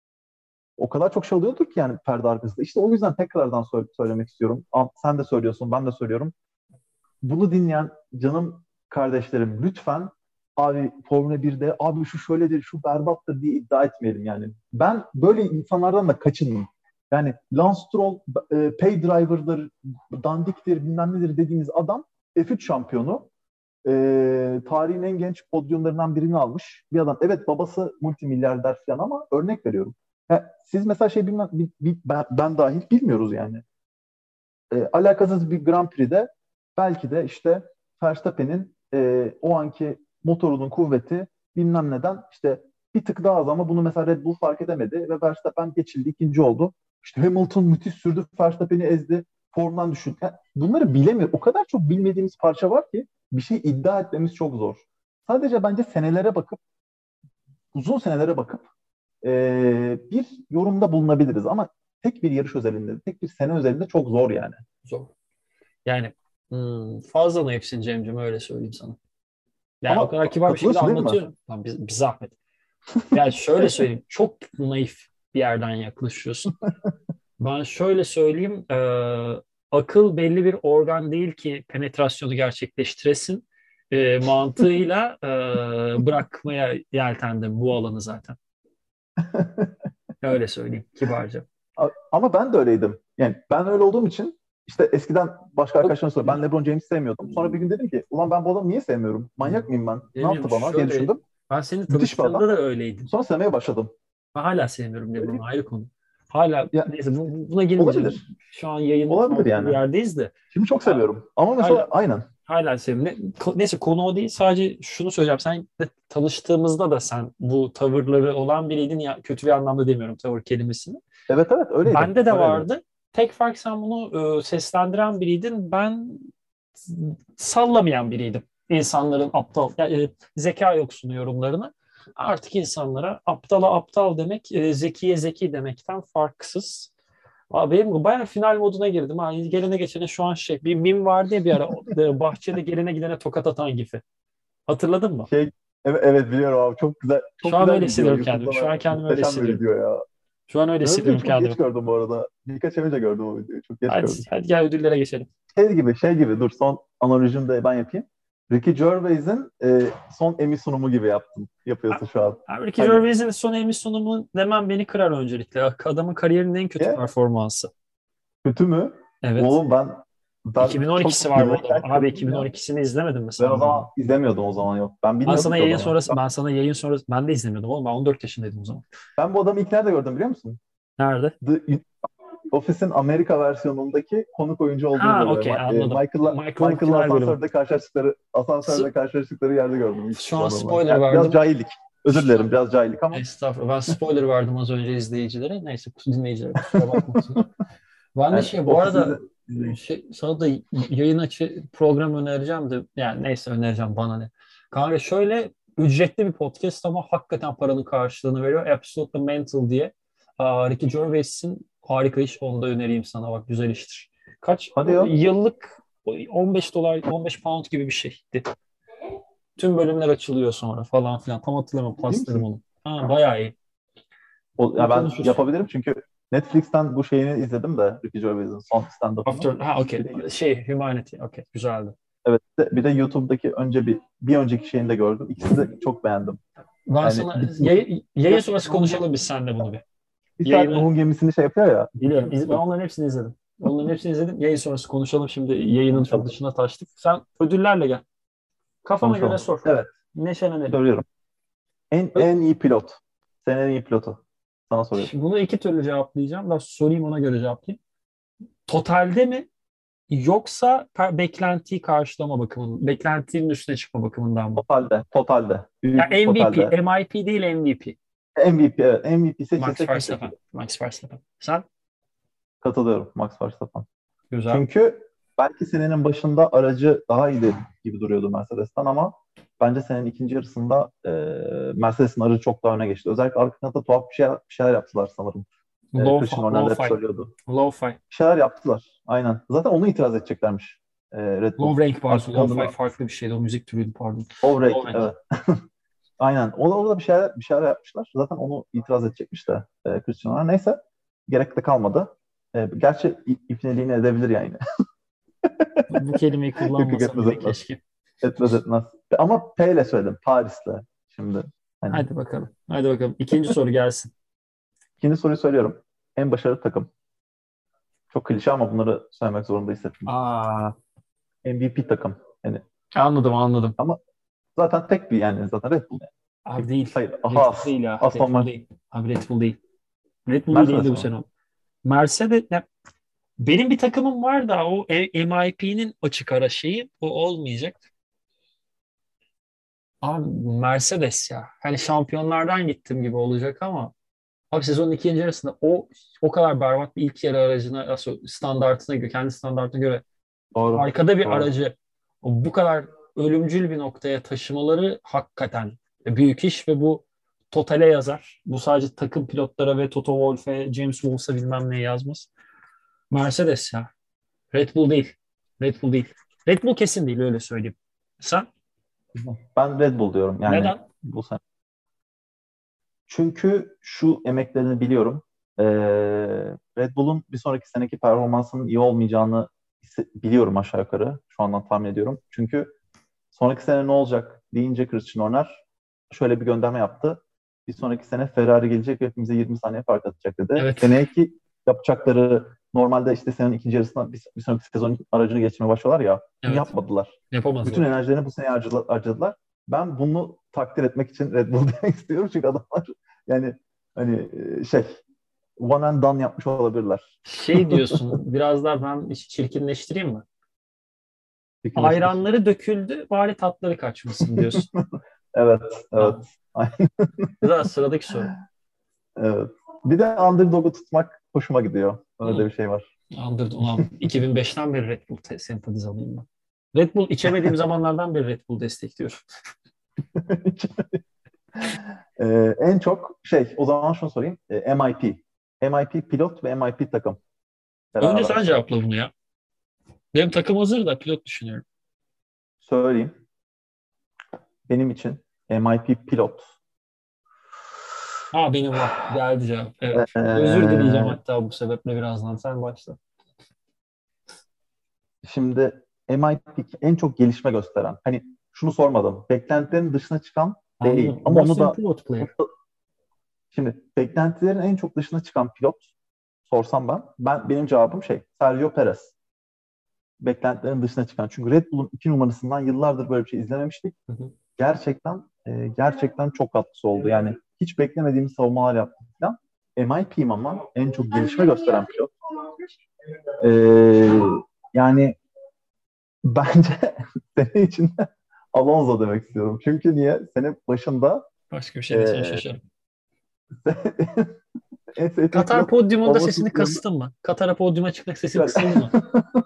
O kadar çok şey oluyordur ki yani perde arkasında. İşte o yüzden tekrardan söylemek istiyorum. Sen de söylüyorsun, ben de söylüyorum. Bunu dinleyen canım kardeşlerim lütfen abi Formula 1'de abi şu şöyledir, şu berbattır diye iddia etmeyelim yani. Ben böyle insanlardan da kaçınayım. Yani Lance Stroll pay driver'dır, dandiktir, bilmem nedir dediğimiz adam F3 şampiyonu. Tarihin en genç podyumlarından birini almış bir adam. Evet babası multimilyarder falan ama örnek veriyorum. Siz mesela şey bilmem, ben dahil bilmiyoruz yani. Alakasız bir Grand Prix'de belki de işte Verstappen'in o anki motorunun kuvveti bilmem neden işte bir tık daha az ama bunu mesela Red Bull fark edemedi ve Verstappen geçildi, ikinci oldu. İşte Hamilton müthiş sürdü, Verstappen'i ezdi, formdan düşün. Yani bunları bilemiyor. O kadar çok bilmediğimiz parça var ki bir şey iddia etmemiz çok zor. Sadece bence senelere bakıp, uzun senelere bakıp bir yorumda bulunabiliriz ama tek bir yarış özelinde, tek bir sene özelinde çok zor yani. Zor. Yani fazla naifsin Cem'cim öyle söyleyeyim sana. Yani o Ama kadar kibar bir şekilde katılıyorsun değil mi? anlatıyorum. Lan bir zahmet. Yani şöyle söyleyeyim. Çok naif bir yerden yaklaşıyorsun. Ben şöyle söyleyeyim. Akıl belli bir organ değil ki penetrasyonu gerçekleştiresin. Mantığıyla bırakmaya yeltendim bu alanı zaten. Öyle söyleyeyim kibarca. Ama ben de öyleydim. Yani ben öyle olduğum için işte eskiden başka Yok, arkadaşlarım söyledi. Ben LeBron James'i sevmiyordum. Sonra bir gün dedim ki ulan ben bu adamı niye sevmiyorum? Manyak mıyım ben? Ne Cemciğim yaptı bana diye şöyle düşündüm. ben seni Müthiş bir tanıştığımda adam. da öyleydin. Sonra sevmeye başladım. Ben hala sevmiyorum LeBron'u ayrı konu. Hala Ya neyse buna girmeyeceğim. olabilir. Şu an yayın Olabilir farklı bir yani. yerdeyiz de. Şimdi çok Ha- seviyorum. Ama mesela Hala aynen. hala sevmiyorum. Neyse konu o değil. Sadece şunu söyleyeceğim. Sen de tanıştığımızda da sen bu tavırları olan biriydin ya kötü bir anlamda demiyorum tavır kelimesini. Evet evet öyleydim. Bende de Öyleydim. vardı. Tek fark sen bunu seslendiren biriydin. Ben sallamayan biriydim. İnsanların aptal, zeka yoksunu yorumlarını. Artık insanlara aptala aptal demek, zekiye zeki demekten farksız. Abi benim bu bayağı final moduna girdim. Ha, gelene geçene şu an bir meme vardı ya bir ara bahçede gelene gidene tokat atan gifi. Hatırladın mı? Şey evet, evet biliyorum abi. Çok güzel Şu çok an güzel öyle video. hissediyorum kendimi. YouTube'da Şu var. an kendimi öyle Muhteşem bir hissediyorum. video ya. Şu an öyle Ben o videoyu hissediyorum çok kendimi. geç gördüm bu arada. Birkaç ay önce gördüm o videoyu. Çok geç Hadi, gördüm. hadi gel ödüllere geçelim. Şey gibi dur son analojimi de ben yapayım. Ricky Gervais'in son Emmy sunumu gibi yapıyorsun şu an. Abi Ricky Hani Gervais'in son Emmy sunumu demem beni kırar öncelikle. Adamın kariyerinin en kötü ya, performansı. kötü mü? Evet. Oğlum ben çok 2012'si var bu adamın. yıllıkken Abi kırdım ya. 2012'sini izlemedin mi Ben sen o bu zaman adamı? izlemiyordum o zaman yok. Ben Ben bilmiyordum sana ki o yayın zaman. sonrası, ben sana yayın sonrası, ben de izlemiyordum oğlum. Ben 14 yaşındaydım o zaman. Ben bu adamı ilk nerede gördüm biliyor musun? Nerede? The Office'in Amerika versiyonundaki konuk oyuncu olduğu Ha, bölümde. okey, anladım. Michael'ın Michael'la final bölümü. asansörde S- karşılaştıkları yerde gördüm ilk Şu an adamı. spoiler Yani biraz verdim. cahillik. Özür Şu dilerim an, biraz cahillik ama estağfurullah. Ben spoiler verdim az önce izleyicilere. Neyse dinleyicilere kusura bakmasın. Ben de yani şey bu Office'i arada sana da yayın açı program önereceğim de yani neyse önereceğim bana ne. Kanka şöyle ücretli bir podcast ama hakikaten paranın karşılığını veriyor. Absolutely Mental diye. Ricky Gervais'in harika iş onu da önereyim sana bak güzel iştir. Kaç hadi ya. yıllık 15 dolar 15 pound gibi bir şeydi. Tüm bölümler açılıyor sonra falan filan. Tam hatırlamıyorum Ciddi paslarım misin? onu. Ha, bayağı iyi. Ya Bunu ben konuşuruz. yapabilirim çünkü Netflix'ten bu şeyini izledim de Ricky Gervais'in son stand-up'ını. After, ha okey. Bir de, Şey Humanity. Okey. Güzeldi. evet bir de YouTube'daki bir önceki şeyini de gördüm. İkisini de çok beğendim. Ben Yani sana yayın sonrası Nuh'un konuşalım biz gemisini, seninle bunu bir. bir saat Yayını Nuh'un gemisini şey yapıyor ya. biliyorum. Ben onların hepsini izledim. Onların hepsini izledim. Yayın sonrası konuşalım. Şimdi yayının çok Konuşalım. dışına taştık. Sen ödüllerle gel. Kafana göre Konuşalım. sor. Evet, Neşelenelim. soruyorum. En iyi pilot. Senin en iyi pilotu. Sana soruyorum. Şimdi bunu iki türlü cevaplayacağım. Da sorayım ona göre cevaplayayım. Totalde mi yoksa beklentiyi karşılama bakımından, beklentinin üstüne çıkma bakımından mı? Totalde. Ya Büyük MVP, totalde. MIP değil MVP. MVP, evet. MVP Max seçilse kim Verstappen. seçilir? Max Verstappen. Sen? Katılıyorum. Max Verstappen. Güzel. Çünkü belki senenin başında aracı daha iyiydi gibi duruyordu Mercedes'ten ama bence senenin ikinci yarısında Mercedes'in aracı çok daha öne geçti. Özellikle arka kanatta tuhaf bir şeyler yaptılar sanırım. Christian Horner de hep Lo-fi. söylüyordu. Lo-fi. Bir şeyler yaptılar. Aynen. Zaten onu itiraz edeceklermiş Red Bull. Low rank Arka pardon. Lo-fi kanadına farklı bir şeydi. O müzik türüydü pardon. overrake. Low rank. Evet. Aynen. Orada bir şeyler yapmışlar. Zaten onu itiraz edecekmiş de Christian Horner. Neyse. Gerek de kalmadı. Gerçi ipneliğini edebilir yani. Bu kelimeyi Yok yok kullanmasam etmez bile etmez. keşke. Etmez etmez. Ama P ile söyledim. Paris'le. Şimdi hani. Hadi bakalım. Hadi bakalım. İkinci soru gelsin. İkinci soruyu söylüyorum. En başarılı takım. Çok klişe ama bunları söylemek zorunda hissettim. Aa, MVP takım. Yani anladım anladım. ama zaten tek bir yani zaten Red Bull. Abi değil. Hayır. Red Bull Haas. değil ya. Red Aston Bull Martin. değil. Abi Red Bull değil. Red Bull değildi Mercedes bu mi? sene. Mercedes ya, benim bir takımım var da o MIP'nin açık ara şeyi o olmayacak. Abi Mercedes ya. Hani şampiyonlardan gittim gibi olacak ama abi sezonun ikinci yarısında o kadar berbat bir ilk yarı aracına standartına göre kendi standartına göre Doğru. arkada bir Doğru. aracı bu kadar ölümcül bir noktaya taşımaları hakikaten büyük iş ve bu totale yazar. Bu sadece takım pilotlara ve Toto Wolff'e, James Wolff'a bilmem ne yazmaz. Mercedes ya. Red Bull değil. Red Bull değil. Red Bull kesin değil öyle söyleyeyim. Sen? Ben Red Bull diyorum yani Neden? bu sene. Çünkü şu emeklerini biliyorum. Ee, Red Bull'un bir sonraki seneki performansının iyi olmayacağını biliyorum aşağı yukarı. Şu andan tahmin ediyorum. Çünkü sonraki sene ne olacak deyince Christian Horner şöyle bir gönderme yaptı. Bir sonraki sene Ferrari gelecek ve hepimize 20 saniye fark atacak dedi. Evet. Seneye ki yapacakları normalde işte senenin ikinci yarısında bir sonraki sezonun aracını geçmeye başlıyorlar ya. Bunu Evet. yapmadılar. Bütün Yapamazlar. enerjilerini bu sene harcadılar. Ben bunu takdir etmek için Red Bull demek istiyorum. Çünkü adamlar yani hani one and done yapmış olabilirler. Şey diyorsun biraz daha ben işi çirkinleştireyim mi? Fikirleştir. Ayranları döküldü bari tatları kaçmasın diyorsun. Evet, evet. Tamam. Güzel sıradaki soru. Evet. Bir de underdog'u tutmak hoşuma gidiyor. Öyle bir şey var. Andırdı ulan 2005'ten beri Red Bull sempatizanıyım ben. Red Bull içemediğim zamanlardan beri Red Bull destekliyorum. En çok o zaman şunu sorayım. MIP. MIP pilot ve MIP takım. Önce sen Beraber cevapla bunu ya. Benim takım hazır da pilot düşünüyorum. söyleyeyim. Benim için MIP pilot. Ha benim var. Geldi cevap. Evet. Özür dileyeceğim Ee, hatta bu sebeple birazdan. Sen başla. Şimdi MIP en çok gelişme gösteren. Hani şunu sormadım. Beklentilerin dışına çıkan değil. Anladım. Ama Most onu da improved player. şimdi beklentilerin en çok dışına çıkan pilot sorsam benim cevabım Sergio Perez. Beklentilerin dışına çıkan. Çünkü Red Bull'un 2 numarasından yıllardır böyle bir şey izlememiştik. Hı hı. Gerçekten çok katkısı oldu. Yani hiç beklemediğimiz savunmalar yaptı falan. MIP'yim ama en çok gelişme gösteren pilot. Ee, Yani bence sene içinde Alonso demek istiyorum. Çünkü niye? Sene başında Başka bir şey desene ee, şaşarım. en sevdiğim Katar pilot podyumunda sesini olmasının yanında kıstın mı? Katar'a podyuma çıkmak sesini yok, kısıldı mı?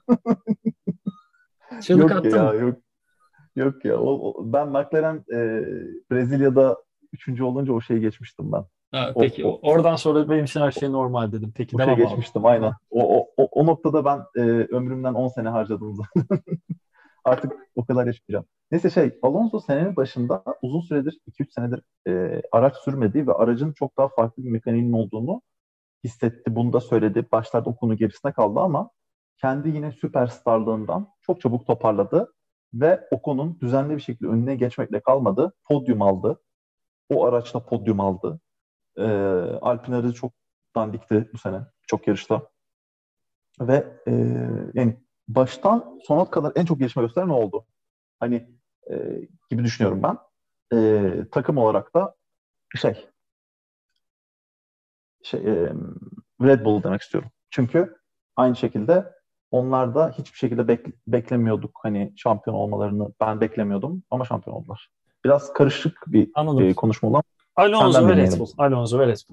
Çığlık yok attın ya mı? yok yok ya. Ben McLaren Brezilya'da üçüncü olunca o şeyi geçmiştim ben. Ha, O, peki o, oradan sonra benim için her şey normal dedim. Peki o şeyi devam abi. geçmiştim aynen. O noktada ben ömrümden 10 sene harcadım zaten. Artık o kadar yaşayacağım. Neyse Alonso senenin başında uzun süredir 2-3 senedir araç sürmedi ve aracın çok daha farklı bir mekaniğinin olduğunu hissetti. Bunu da söyledi. Başlarda o konu gerisine kaldı ama kendi yine süperstarlığından çok çabuk toparladı ve Ocon'un düzenli bir şekilde önüne geçmekle kalmadı. Podyum aldı. O araçla podyum aldı. Ee, Alpine aracı çok dandikti bu sene. Çok yarışta. Ve yani baştan sona kadar en çok gelişme gösteren o oldu. Hani gibi düşünüyorum ben. Takım olarak da şey, şey e, Red Bull demek istiyorum. Çünkü aynı şekilde onlar da hiçbir şekilde beklemiyorduk. Hani şampiyon olmalarını ben beklemiyordum ama şampiyon oldular. Biraz karışık bir Anladım. konuşma olan. Alonso Senden ve Red dinleyelim. Bull. Alonso ve Red Bull.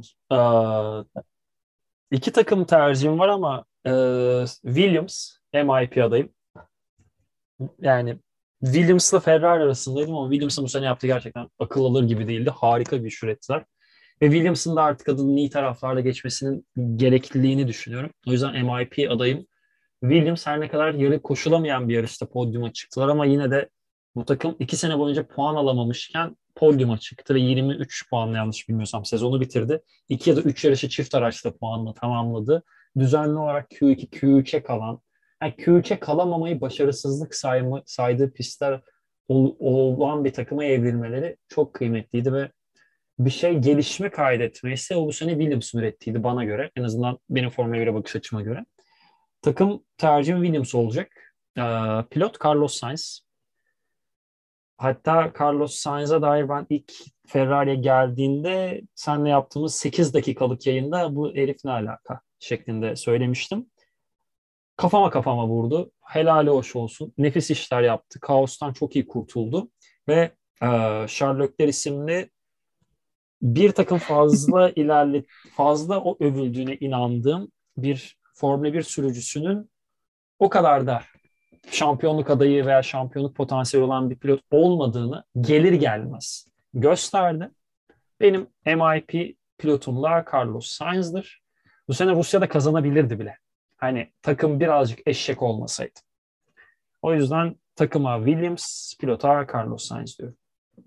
İki takım tercihim var ama Williams MIP adayım. Yani Williams'la Ferrari arasındaydım ama Williams'ın bu sene yaptığı gerçekten akıl alır gibi değildi. Harika bir iş ürettiler. Ve Williams'ın da artık adının iyi taraflarda geçmesinin gerekliliğini düşünüyorum. O yüzden MIP adayım. Williams her ne kadar yarı koşulamayan bir yarışta podyuma çıktılar ama yine de bu takım 2 sene boyunca puan alamamışken podyuma çıktı ve 23 puanla yanlış bilmiyorsam sezonu bitirdi. 2 ya da 3 yarışı çift araçla puanla tamamladı. Düzenli olarak Q2, Q3'e kalan, yani Q3'e kalamamayı başarısızlık saydığı pistler olan bir takıma evrilmeleri çok kıymetliydi ve bir gelişme kaydetmeyse o bu sene Williams'ın ürettiydi bana göre. En azından benim Formula 1'e bakış açıma göre. Takım tercihim Williams olacak. Pilot Carlos Sainz. Hatta Carlos Sainz'a dair ben ilk Ferrari'ye geldiğinde seninle yaptığımız 8 dakikalık yayında bu herif ne alaka şeklinde söylemiştim. Kafama vurdu. Helali hoş olsun. Nefis işler yaptı. Kaostan çok iyi kurtuldu. Ve Charles Leclerc isimli bir takım fazla o övüldüğüne inandığım bir Formula 1 sürücüsünün o kadar da şampiyonluk adayı veya şampiyonluk potansiyeli olan bir pilot olmadığını gelir gelmez gösterdi. Benim MIP pilotum da Carlos Sainz'dır. Bu sene Rusya'da kazanabilirdi bile. Hani takım birazcık eşek olmasaydı. O yüzden takıma Williams, pilota Carlos Sainz diyorum.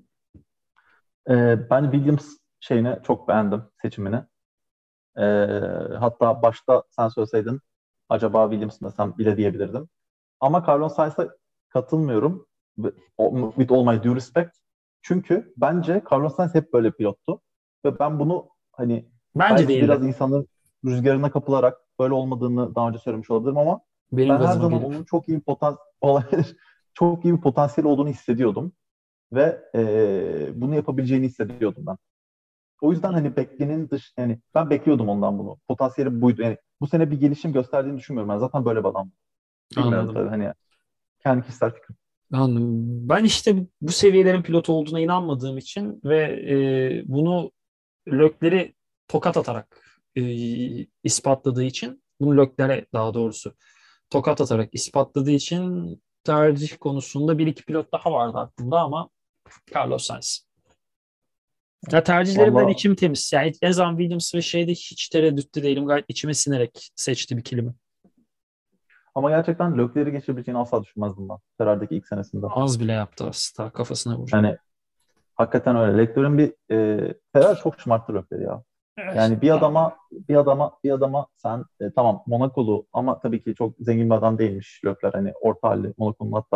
Ben Williams çok beğendim seçimini. Ee, Hatta başta sen söyleseydin acaba Williams mı desem bile diyebilirdim. Ama Carlos Sainz'a katılmıyorum. With all my due respect. Çünkü bence Carlos Sainz hep böyle pilottu. Ve ben bunu hani Bence belki değildi. biraz insanların rüzgarına kapılarak böyle olmadığını daha önce söylemiş olabilirim ama Benim ben her gazıma zaman gelip. onun çok iyi bir olabilir. Çok iyi bir potansiyel olduğunu hissediyordum. Ve bunu yapabileceğini hissediyordum ben. O yüzden hani beklenenin yani ben bekliyordum ondan bunu. Potansiyeli buydu. Yani bu sene bir gelişim gösterdiğini düşünmüyorum ben. Zaten böyle bir adam. Bilmiyorum Anladım. tabii hani kendi kişisel fikrim. Anladım. Ben işte bu seviyelerin pilot olduğuna inanmadığım için ve bunu Lökler'i tokat atarak ispatladığı için, bunu Lökler'e daha doğrusu tokat atarak ispatladığı için tercih konusunda bir iki pilot daha vardı aklımda ama Carlos Sainz. Ya tercihlerimden Valla içim temiz. Yani en azından Williams ve hiç tereddütte değilim. Gayet içime sinerek seçti bir kilimi. ama gerçekten Leclerc'i geçebileceğini asla düşünmezdim ben. Ferrari'deki ilk senesinde. Az bile yaptı aslında. Kafasına vuracak. Yani hakikaten öyle. Leclerc'in Ferrari çok şımarttı Leclerc'i ya. Evet. Yani bir adama sen tamam Monakolu ama tabii ki çok zengin bir adam değilmiş Leclerc. Hani orta halli Monaco'nun hatta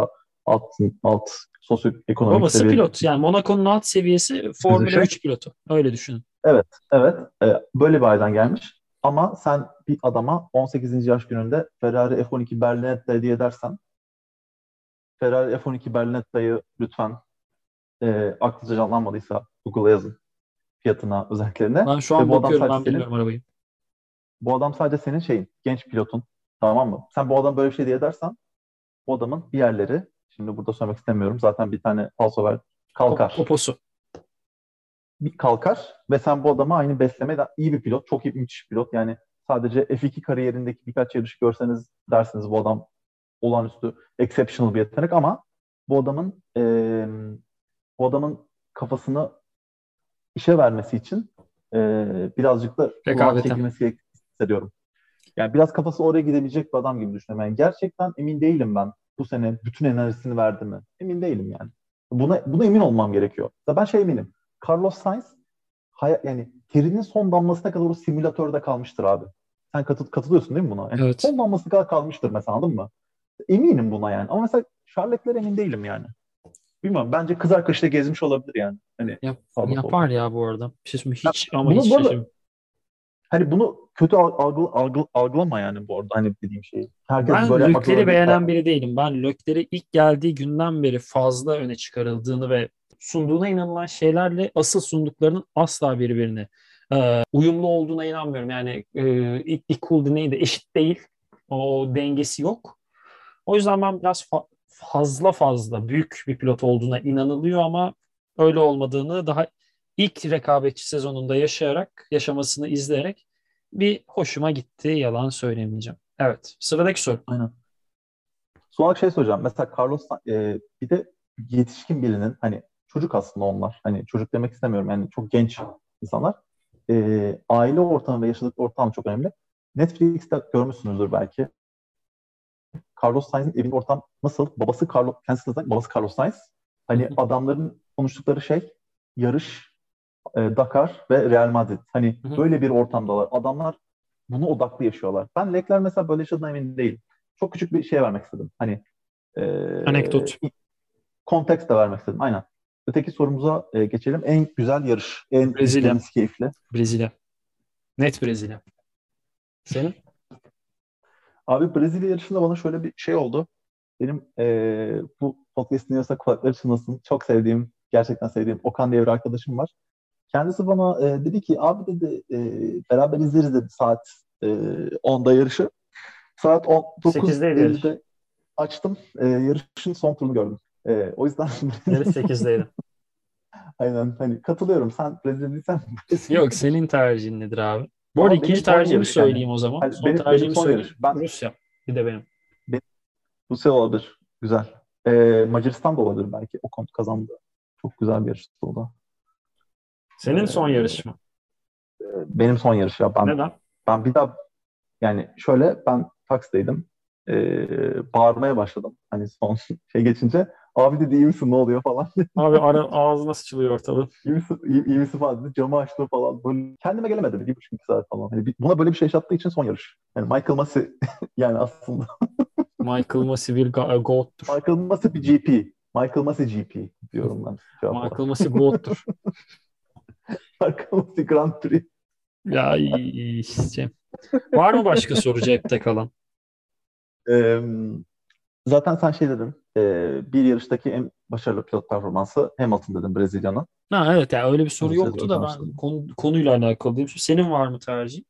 alt sosyoekonomik Babası seviye pilot. Yani Monaco'nun alt seviyesi düzey Formula şey. 3 pilotu. Öyle düşünün. Evet, evet. Böyle bir aileden gelmiş. Ama sen bir adama 18. yaş gününde Ferrari F12 Berlinetto hediye edersen, Ferrari F12 Berlinetta'yı lütfen aklınıza canlanmadıysa Google'a yazın fiyatına, özelliklerine. Ben şu Ve an bakıyorum. Ben bilmiyorum arabayı. bu adam sadece senin şeyin, genç pilotun. Tamam mı? Sen bu adam böyle bir şey diye edersen, bu adamın bir yerleri, şimdi burada söylemek istemiyorum. Zaten bir tane falso ver, kalkar. Poposu. Bir kalkar ve sen bu adama aynı besleme, iyi bir pilot, çok iyi, müthiş bir pilot. Yani sadece F2 kariyerindeki birkaç yarış görseniz dersiniz bu adam olağanüstü, exceptional bir yetenek, ama bu adamın bu adamın kafasını işe vermesi için birazcık da kulağın Rekabete. çekilmesi gerektiğini hissediyorum. Yani biraz kafası oraya gidebilecek bir adam gibi düşünüyorum. Yani gerçekten emin değilim ben, bu sene bütün enerjisini verdi mi? Emin değilim yani. Buna emin olmam gerekiyor. Ben eminim. Carlos Sainz yani terinin son damlasına kadar o simülatörde kalmıştır abi. Sen katılıyorsun değil mi buna? Yani Evet. son damlasına kadar kalmıştır mesela, anladın mı? Eminim buna yani. Ama mesela Charles Leclerc emin değilim yani. Bilmiyorum. Bence kız arkadaşıyla gezmiş olabilir yani. Hani sağda solda. Yapar ya bu arada. Bir şey söyleyeyim mi? Ya, Hiç ama hiç bunu bu arada şaşırmıyorum. hani bunu kötü algılama yani bu arada, hani dediğim şeyi. Herkes Ben böyle yapmak Lökler'i zorunda değil. beğenen biri değilim. Ben Lökler'i ilk geldiği günden beri fazla öne çıkarıldığını ve sunduğuna inanılan şeylerle asıl sunduklarının asla birbirine uyumlu olduğuna inanmıyorum. Yani equal neydi? Eşit değil. O dengesi yok. O yüzden ben biraz fazla büyük bir pilot olduğuna inanılıyor ama öyle olmadığını daha ilk rekabetçi sezonunda yaşamasını izleyerek bir hoşuma gitti. Yalan söylemeyeceğim. Evet, sıradaki soru. Aynen. Son olarak şey soracağım. Mesela bir de yetişkin birinin, hani çocuk aslında onlar. Hani çocuk demek istemiyorum. Yani çok genç insanlar. Aile ortamı ve yaşadıkları ortam çok önemli. Netflix'te görmüşsünüzdür belki. Carlos Sainz'in evinde ortam nasıl? Kendisi de babası Carlos Sainz. Hı Hani hı. adamların konuştukları şey yarış, Dakar ve Real Madrid. Hani Hı hı. böyle bir ortamdalar. Adamlar bunu odaklı yaşıyorlar. Ben Leclerc mesela böyle yaşadığına emin değilim. Çok küçük bir şey vermek istedim. Hani Anekdot. konteks de vermek istedim. Aynen. Öteki sorumuza geçelim. En güzel yarış, en Brezilya. izlemesi keyifli. Brezilya. Net Brezilya. Senin? Abi Brezilya yarışında bana şöyle bir şey oldu. Benim bu podcast dinliyorsa kulakları çınlasın. Çok sevdiğim, gerçekten sevdiğim Okan diye bir arkadaşım var. Kendisi bana dedi ki abi dedi, beraber izleriz dedi saat 10'da yarışı. Saat 8'deydi yarış. 9:50'de açtım. Yarışın son turunu gördüm. O yüzden Yarış 8'deydi. aynen, hani katılıyorum. Sen Brezilya'ysan Brezilya. Yok, senin tercihin nedir abi? Bu arada Ama ikinci benim son tercihimi yarış yani. söyleyeyim o zaman. Hani Son benim tercihimi son söyleyeyim. yarış. Rusya. Bir de benim. Benim, Rusya olabilir. Güzel. Macaristan da olabilir belki. O konu kazandı. Çok güzel bir yarıştı o da. Senin son yarış mı? Benim son yarış ya. Neden? Ben bir daha, yani şöyle, ben taksideydim. Bağırmaya başladım. Hani son şey geçince. Abi dedi iyi misin, ne oluyor falan. Abi ağzına sıçılıyor ortalığı. İyi misin falan dedi. Camı açtım falan. Böyle kendime gelemedim. 1,5-2 saat falan. Hani buna böyle bir şey yaşattığı için son yarış. Yani Michael Massey yani aslında. Michael Masi bir GOAT'tur. Michael Massey bir GP. Michael Massey GP diyorum ben cevap Michael olarak. Masi GOAT'tur. Michael Massey Grand Prix. Ya işte. Var mı başka soru cepte kalan? Ee, Zaten sen şey dedin. Bir yarıştaki en başarılı pilot performansı Hamilton dedin, Brezilya'nın. Ha, evet, yani öyle bir soru Uzun süredir yoktu da özlemiştim. ben konuyla alakalı diyeyim. Senin var mı tercihin?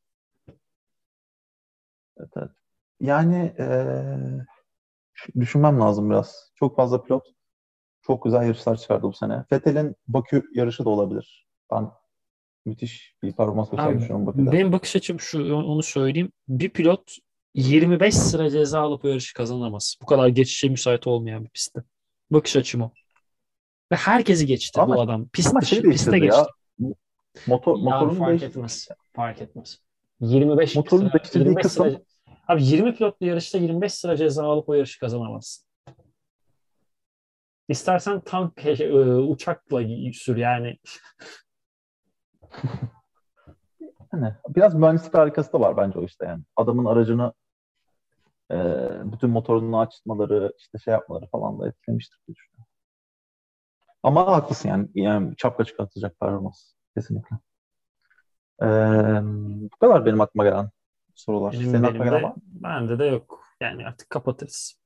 Evet, evet. Yani düşünmem lazım biraz. Çok fazla pilot çok güzel yarışlar çıkardı bu sene. Vettel'in Bakü yarışı da olabilir. Ben müthiş bir performans gösterdiğini Abi, düşünüyorum Bakü'de. benim bakış açım şu, onu söyleyeyim. Bir pilot 25 sıra ceza alıp o yarışı kazanamaz. Bu kadar geçişe müsait olmayan bir pistte. Bakış açım o. Ve herkesi geçti Ama bu adam. ama Pist şey dışı, piste değiştirdi geçti. ya. Ya Motorunu fark değiştirdi. etmez. Fark etmez. 25 Motorunu sıra, değiştirdiği 25 sıra. kısım, Abi 20 pilotlu yarışta 25 sıra ceza alıp o yarışı kazanamazsın. İstersen tank, uçakla sür yani. hani biraz mühendislik harikası da var bence o işte yani. Adamın aracını Bütün motorunu açmaları, işte şey yapmaları falan da etkilemiştir diye düşünüyorum. Ama haklısın yani çapka çıkartacak performans kesinlikle. Bu kadar benim aklıma gelen sorular. Benim Senin aklına benim gelen var de mı? bende de yok. Yani artık kapatırız.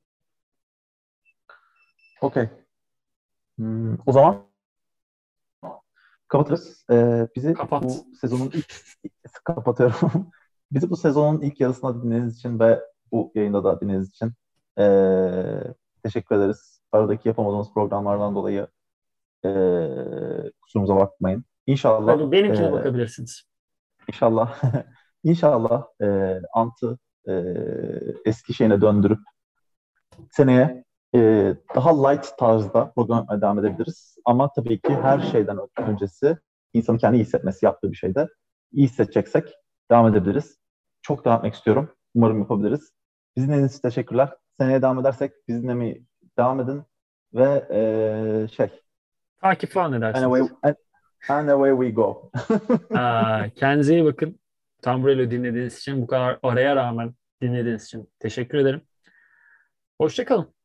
Okey. O zaman kapatırız. Bizi Kapat. bu sezonun ilk kapatıyorum. Bizi bu sezonun ilk yarısında dinlediğiniz için ve bu yayında da dinlediğiniz için teşekkür ederiz. Aradaki yapamadığımız programlardan dolayı kusurumuza bakmayın. İnşallah Tabii benimkine bakabilirsiniz. inşallah inşallah Ant'ı eski şeyine döndürüp seneye daha light tarzda program yapmaya devam edebiliriz. Ama tabii ki her şeyden öncesi insanın kendi iyi hissetmesi yaptığı bir şeyde iyi hissedeceksek devam edebiliriz. Çok devam etmek istiyorum. Umarım yapabiliriz. Bizi dinlediğiniz için teşekkürler. Seneye devam edersek bizimle mi devam edin ve Takip falan and away, edersiniz. and away we go. Kendinize iyi bakın. Tom Brelo dinlediğiniz için, bu kadar araya rağmen dinlediğiniz için teşekkür ederim. Hoşça kalın.